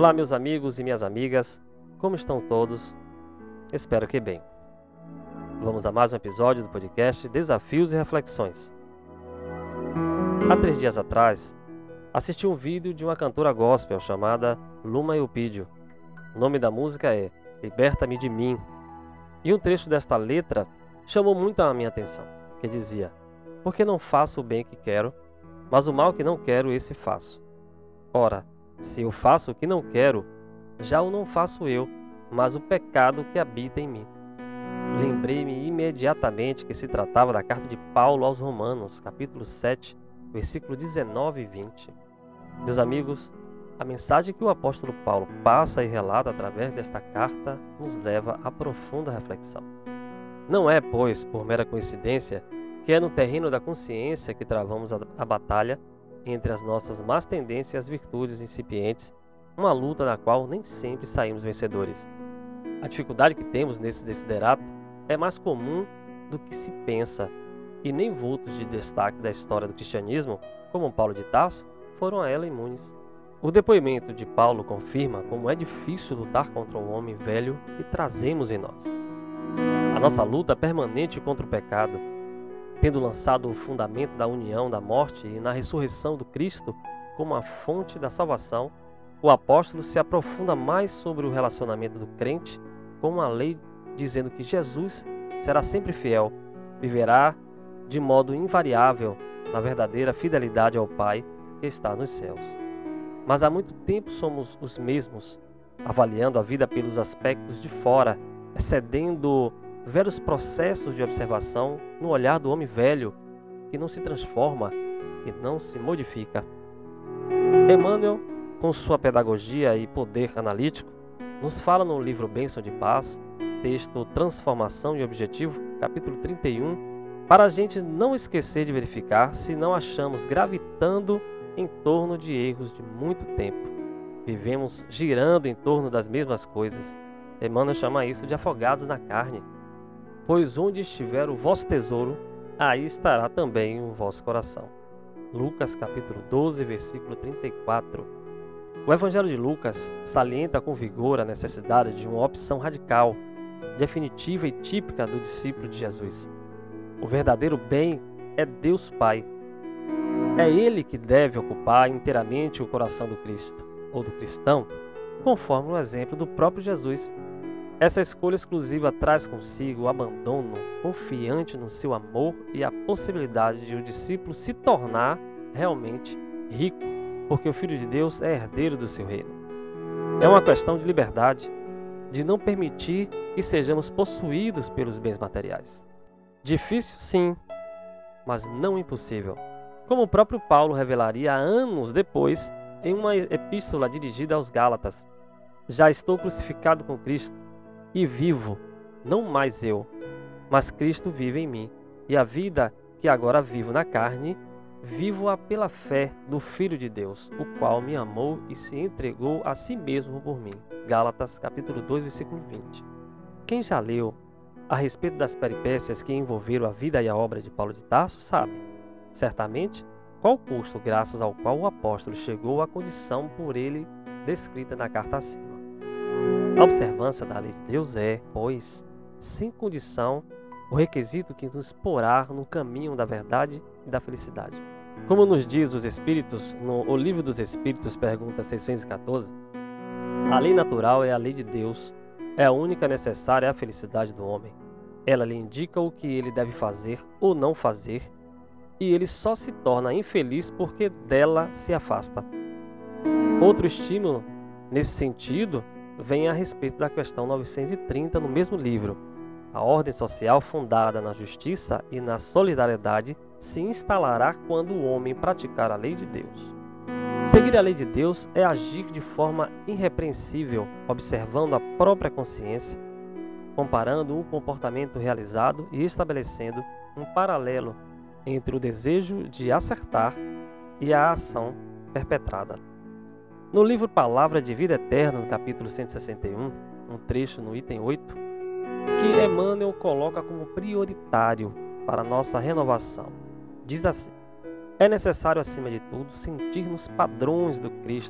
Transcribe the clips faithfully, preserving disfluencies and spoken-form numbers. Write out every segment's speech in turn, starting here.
Olá, meus amigos e minhas amigas, como estão todos? Espero que bem. Vamos a mais um episódio do podcast Desafios e Reflexões. Há três dias atrás, assisti um vídeo de uma cantora gospel chamada Luma Eupídio. O nome da música é Liberta-me de Mim. E um trecho desta letra chamou muito a minha atenção, que dizia: porque não faço o bem que quero, mas o mal que não quero, esse faço. Ora, se eu faço o que não quero, já o não faço eu, mas o pecado que habita em mim. Lembrei-me imediatamente que se tratava da carta de Paulo aos Romanos, capítulo sete, versículo dezenove e vinte. Meus amigos, a mensagem que o apóstolo Paulo passa e relata através desta carta nos leva a profunda reflexão. Não é, pois, por mera coincidência, que é no terreno da consciência que travamos a, a batalha entre as nossas más tendências e as virtudes incipientes, uma luta na qual nem sempre saímos vencedores. A dificuldade que temos nesse desiderato é mais comum do que se pensa, e nem vultos de destaque da história do cristianismo, como Paulo de Tarso, foram a ela imunes. O depoimento de Paulo confirma como é difícil lutar contra o homem velho que trazemos em nós. A nossa luta permanente contra o pecado, tendo lançado o fundamento da união da morte e na ressurreição do Cristo como a fonte da salvação, o apóstolo se aprofunda mais sobre o relacionamento do crente com a lei, dizendo que Jesus será sempre fiel, viverá de modo invariável na verdadeira fidelidade ao Pai que está nos céus. Mas há muito tempo somos os mesmos, avaliando a vida pelos aspectos de fora, excedendo velhos processos de observação no olhar do homem velho, que não se transforma, que não se modifica. Emmanuel, com sua pedagogia e poder analítico, nos fala no livro Bênção de Paz, texto Transformação e Objetivo, capítulo trinta e um, para a gente não esquecer de verificar se não achamos gravitando em torno de erros de muito tempo. Vivemos girando em torno das mesmas coisas. Emmanuel chama isso de afogados na carne. Pois onde estiver o vosso tesouro, aí estará também o vosso coração. Lucas capítulo doze, versículo trinta e quatro. O Evangelho de Lucas salienta com vigor a necessidade de uma opção radical, definitiva e típica do discípulo de Jesus. O verdadeiro bem é Deus Pai. É Ele que deve ocupar inteiramente o coração do Cristo, ou do cristão, conforme o exemplo do próprio Jesus. Essa escolha exclusiva traz consigo o abandono confiante no seu amor e a possibilidade de o discípulo se tornar realmente rico, porque o Filho de Deus é herdeiro do seu reino. É uma questão de liberdade, de não permitir que sejamos possuídos pelos bens materiais. Difícil, sim, mas não impossível. Como o próprio Paulo revelaria anos depois em uma epístola dirigida aos Gálatas: já estou crucificado com Cristo, e vivo, não mais eu, mas Cristo vive em mim. E a vida que agora vivo na carne, vivo-a pela fé do Filho de Deus, o qual me amou e se entregou a si mesmo por mim. Gálatas, capítulo dois, versículo vinte. Quem já leu a respeito das peripécias que envolveram a vida e a obra de Paulo de Tarso sabe, certamente, qual o custo graças ao qual o apóstolo chegou à condição por ele descrita na carta acima. A observância da lei de Deus é, pois, sem condição, o requisito que nos porá no caminho da verdade e da felicidade. Como nos diz os Espíritos, no O Livro dos Espíritos, pergunta seiscentos e quatorze, a lei natural é a lei de Deus, é a única necessária à felicidade do homem. Ela lhe indica o que ele deve fazer ou não fazer, e ele só se torna infeliz porque dela se afasta. Outro estímulo, nesse sentido, vem a respeito da questão novecentos e trinta no mesmo livro. A ordem social fundada na justiça e na solidariedade se instalará quando o homem praticar a lei de Deus. Seguir a lei de Deus é agir de forma irrepreensível, observando a própria consciência, comparando o comportamento realizado e estabelecendo um paralelo entre o desejo de acertar e a ação perpetrada. No livro Palavra de Vida Eterna, no capítulo cento e sessenta e um, um trecho no item oito, que Emmanuel coloca como prioritário para a nossa renovação. Diz assim: é necessário, acima de tudo, sentir-nos padrões do Cristo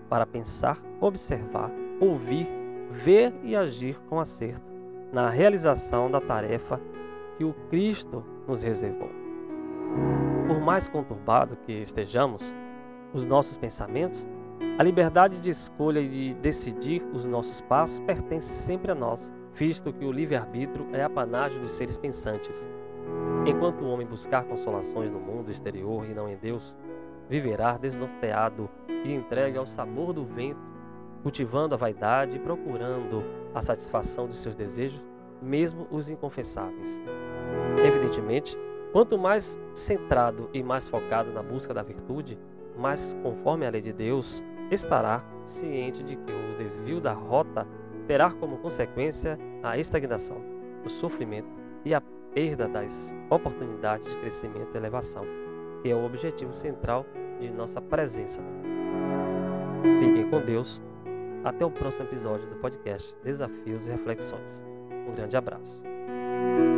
para pensar, observar, ouvir, ver e agir com acerto na realização da tarefa que o Cristo nos reservou. Por mais conturbado que estejamos, os nossos pensamentos, a liberdade de escolha e de decidir os nossos passos pertence sempre a nós, visto que o livre-arbítrio é a apanágio dos seres pensantes. Enquanto o homem buscar consolações no mundo exterior e não em Deus, viverá desnorteado e entregue ao sabor do vento, cultivando a vaidade e procurando a satisfação dos seus desejos, mesmo os inconfessáveis. Evidentemente, quanto mais centrado e mais focado na busca da virtude, mais conforme a lei de Deus, estará ciente de que o desvio da rota terá como consequência a estagnação, o sofrimento e a perda das oportunidades de crescimento e elevação, que é o objetivo central de nossa presença no mundo. Fiquem com Deus. Até o próximo episódio do podcast Desafios e Reflexões. Um grande abraço.